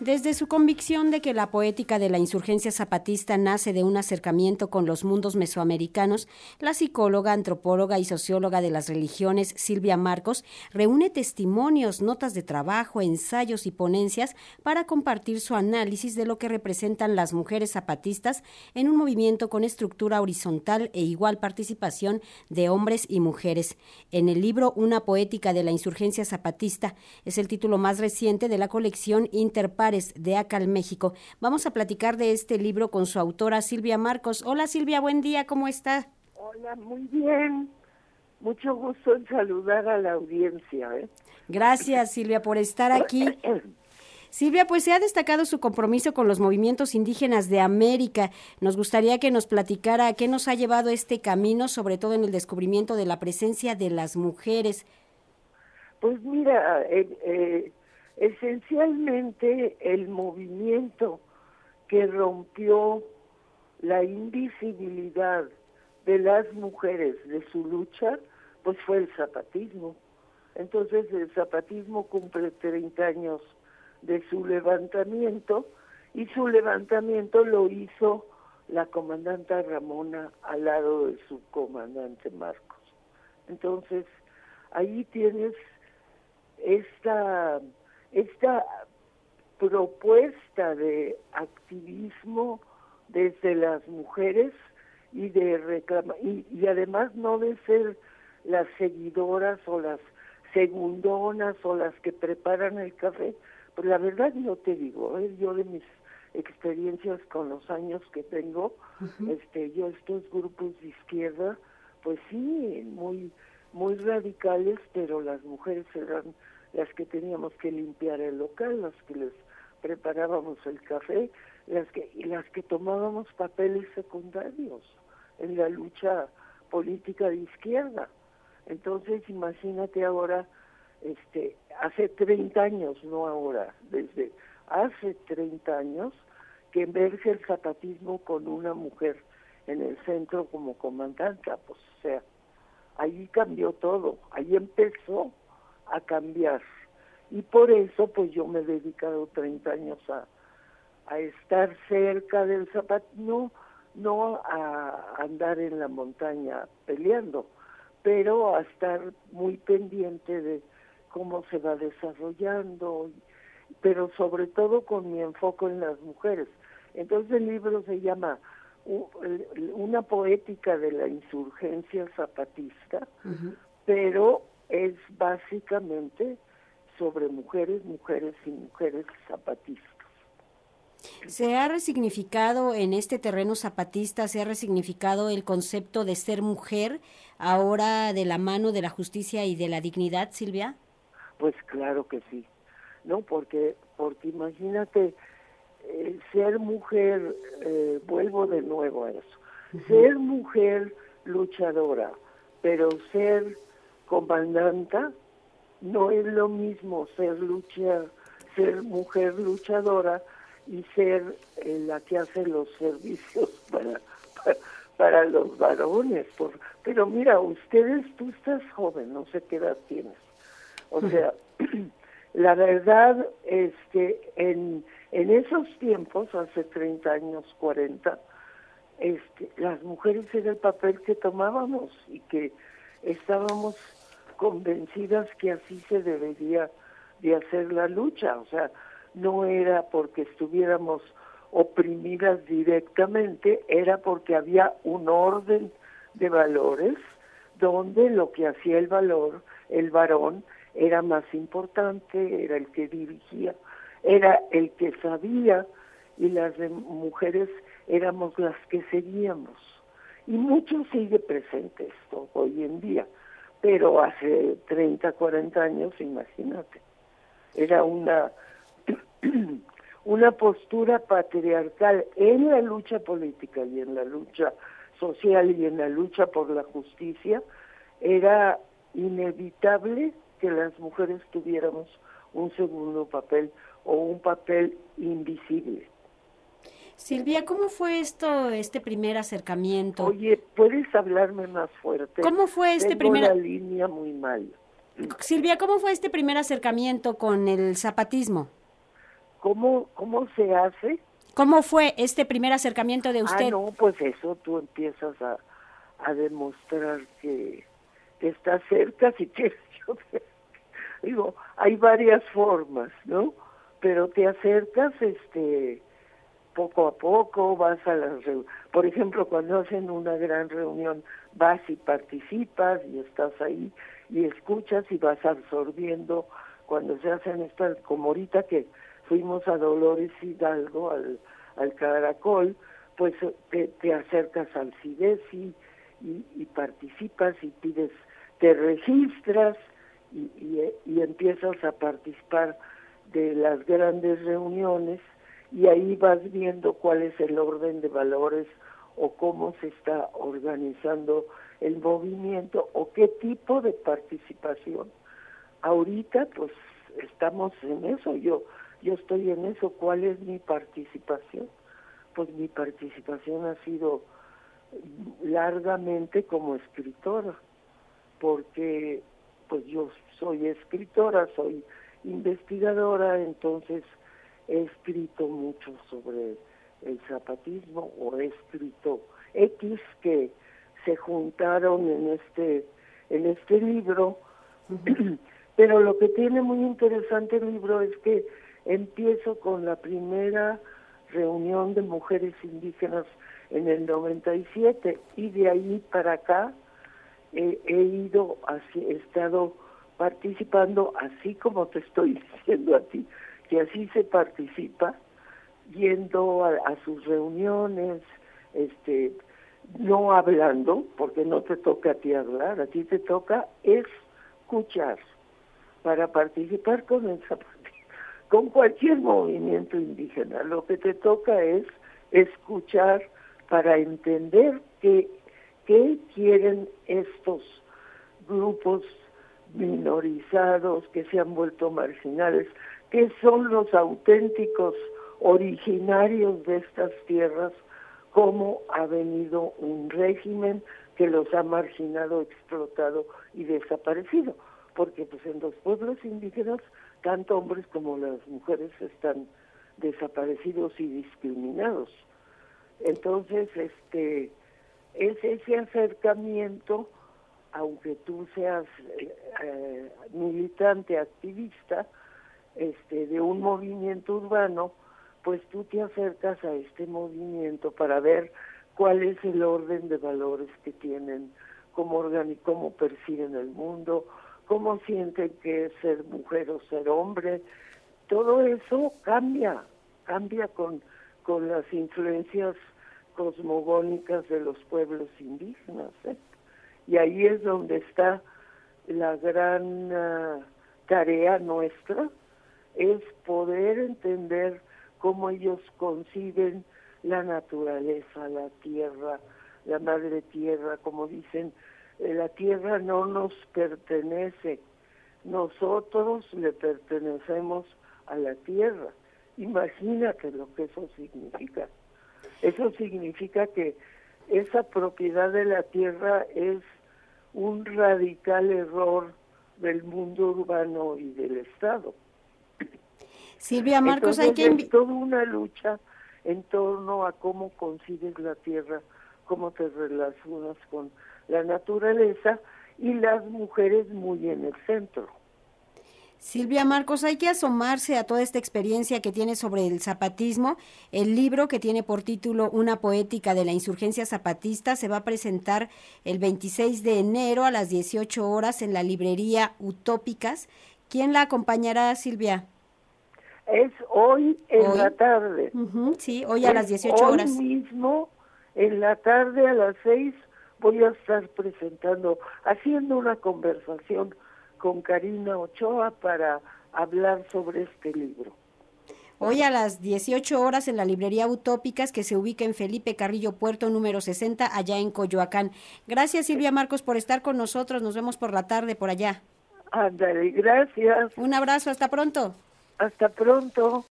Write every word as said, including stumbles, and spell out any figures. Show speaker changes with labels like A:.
A: Desde su convicción de que la poética de la insurgencia zapatista nace de un acercamiento con los mundos mesoamericanos, la psicóloga, antropóloga y socióloga de las religiones Silvia Marcos reúne testimonios, notas de trabajo, ensayos y ponencias para compartir su análisis de lo que representan las mujeres zapatistas en un movimiento con estructura horizontal e igual participación de hombres y mujeres. En el libro Una poética de la insurgencia zapatista es el título más reciente de la colección Interpares de ACAL México. Vamos a platicar de este libro con su autora Silvia Marcos. Hola Silvia, buen día, ¿cómo está?
B: Hola, muy bien. Mucho gusto en saludar a la audiencia. ¿eh?
A: Gracias Silvia por estar aquí. Silvia, pues se ha destacado su compromiso con los movimientos indígenas de América. Nos gustaría que nos platicara a qué nos ha llevado este camino, sobre todo en el descubrimiento de la presencia de las mujeres.
B: Pues mira, eh, eh, esencialmente el movimiento que rompió la invisibilidad de las mujeres de su lucha, pues fue el zapatismo. Entonces el zapatismo cumple treinta años de su levantamiento, y su levantamiento lo hizo la comandanta Ramona al lado del subcomandante Marcos. Entonces, ahí tienes esta, esta propuesta de activismo desde las mujeres y de reclama y, y además no de ser las seguidoras o las segundonas o las que preparan el café. Pues la verdad yo te digo, ¿eh? yo de mis experiencias con los años que tengo, uh-huh. este, yo estos grupos de izquierda, pues sí, muy, muy radicales, pero las mujeres eran las que teníamos que limpiar el local, las que les preparábamos el café, las que, y las que tomábamos papeles secundarios en la lucha política de izquierda. Entonces imagínate ahora, este, hace treinta años, no ahora, desde hace treinta años que emerge el zapatismo con una mujer en el centro como comandante, pues o sea, ahí cambió todo, ahí empezó a cambiar. Y por eso pues yo me he dedicado treinta años a, a estar cerca del zapatismo, no, no a andar en la montaña peleando, pero a estar muy pendiente de cómo se va desarrollando, pero sobre todo con mi enfoque en las mujeres. Entonces el libro se llama Una poética de la insurgencia zapatista, uh-huh. pero es básicamente sobre mujeres, mujeres y mujeres zapatistas.
A: ¿Se ha resignificado en este terreno zapatista, se ha resignificado el concepto de ser mujer ahora de la mano de la justicia y de la dignidad, Silvia?
B: Pues claro que sí, ¿no? Porque, porque imagínate, eh, ser mujer, eh, vuelvo de nuevo a eso, uh-huh. ser mujer luchadora, pero ser comandanta no es lo mismo ser lucha, ser mujer luchadora y ser eh, la que hace los servicios para, para, para los varones. Por, pero mira, ustedes, tú estás joven, no sé qué edad tienes. O sea, la verdad, este, en, en esos tiempos, hace treinta años, cuarenta, este, las mujeres era el papel que tomábamos y que estábamos convencidas que así se debería de hacer la lucha. O sea, no era porque estuviéramos oprimidas directamente, era porque había un orden de valores donde lo que hacía el valor, el varón, era más importante, era el que dirigía, era el que sabía, y las de mujeres éramos las que seguíamos. Y mucho sigue presente esto hoy en día, pero hace treinta, cuarenta años, imagínate, era una, una postura patriarcal en la lucha política y en la lucha social y en la lucha por la justicia. Era inevitable que las mujeres tuviéramos un segundo papel o un papel invisible.
A: Silvia, ¿cómo fue esto, este primer acercamiento?
B: Oye, ¿puedes hablarme más fuerte?
A: ¿Cómo fue este
B: Tengo
A: primer...
B: la línea muy mal.
A: Silvia, ¿cómo fue este primer acercamiento con el zapatismo?
B: ¿cómo, cómo se hace?
A: ¿Cómo fue este primer acercamiento de usted?
B: Ah, no, pues eso tú empiezas a, a demostrar que, que estás cerca, si quieres. Yo te- digo, hay varias formas, ¿no? Pero te acercas, este, poco a poco, vas a las reuniones. Por ejemplo, cuando hacen una gran reunión, vas y participas y estás ahí y escuchas y vas absorbiendo. Cuando se hacen estas, como ahorita que fuimos a Dolores Hidalgo, al, al Caracol, pues te, te acercas al CIDESI y, y participas y pides, te registras y, y, y empiezas a participar de las grandes reuniones y ahí vas viendo cuál es el orden de valores o cómo se está organizando el movimiento o qué tipo de participación. Ahorita pues estamos en eso, yo yo estoy en eso. ¿Cuál es mi participación? Pues mi participación ha sido largamente como escritora, porque pues yo soy escritora, soy investigadora, entonces he escrito mucho sobre el zapatismo o he escrito X que se juntaron en este en este libro. Uh-huh. Pero lo que tiene muy interesante el libro es que empiezo con la primera reunión de mujeres indígenas en el noventa y siete y de ahí para acá eh, he ido así, he estado participando así como te estoy diciendo a ti, que así se participa, yendo a, a sus reuniones, este, no hablando, porque no te toca a ti hablar, a ti te toca escuchar. Para participar con el zapatismo, con cualquier movimiento indígena, lo que te toca es escuchar para entender qué, qué quieren estos grupos minorizados que se han vuelto marginales, qué son los auténticos originarios de estas tierras, cómo ha venido un régimen que los ha marginado, explotado y desaparecido. Porque pues en los pueblos indígenas, tanto hombres como las mujeres están desaparecidos y discriminados. Entonces, este, es ese acercamiento, aunque tú seas eh, eh, militante, activista, este, de un movimiento urbano, pues tú te acercas a este movimiento para ver cuál es el orden de valores que tienen, cómo organ- cómo perciben el mundo, cómo sienten que es ser mujer o ser hombre. Todo eso cambia, cambia con, con las influencias cosmogónicas de los pueblos indígenas, ¿eh? Y ahí es donde está la gran uh, tarea nuestra, es poder entender cómo ellos conciben la naturaleza, la tierra, la madre tierra, como dicen, la tierra no nos pertenece, nosotros le pertenecemos a la tierra. Imagínate lo que eso significa. Eso significa que esa propiedad de la tierra es un radical error del mundo urbano y del Estado.
A: Silvia Marcos,
B: Entonces,
A: hay que invi-
B: es toda una lucha en torno a cómo concibes la tierra, cómo te relacionas con la naturaleza y las mujeres muy en el centro.
A: Silvia Marcos, hay que asomarse a toda esta experiencia que tiene sobre el zapatismo. El libro, que tiene por título Una poética de la insurgencia zapatista, se va a presentar el veintiséis de enero a las dieciocho horas en la librería Utópicas. ¿Quién la acompañará, Silvia?
B: Es hoy en
A: ¿Hoy?
B: la tarde.
A: Uh-huh, sí, hoy a
B: es
A: las dieciocho
B: hoy
A: horas.
B: mismo, en la tarde a las seis, voy a estar presentando, haciendo una conversación con Karina Ochoa para hablar sobre este libro.
A: Hoy a las dieciocho horas en la librería Utópicas, que se ubica en Felipe Carrillo Puerto, número sesenta, allá en Coyoacán. Gracias, Silvia Marcos, por estar con nosotros. Nos vemos por la tarde por allá.
B: Ándale, gracias.
A: Un abrazo, hasta pronto.
B: Hasta pronto.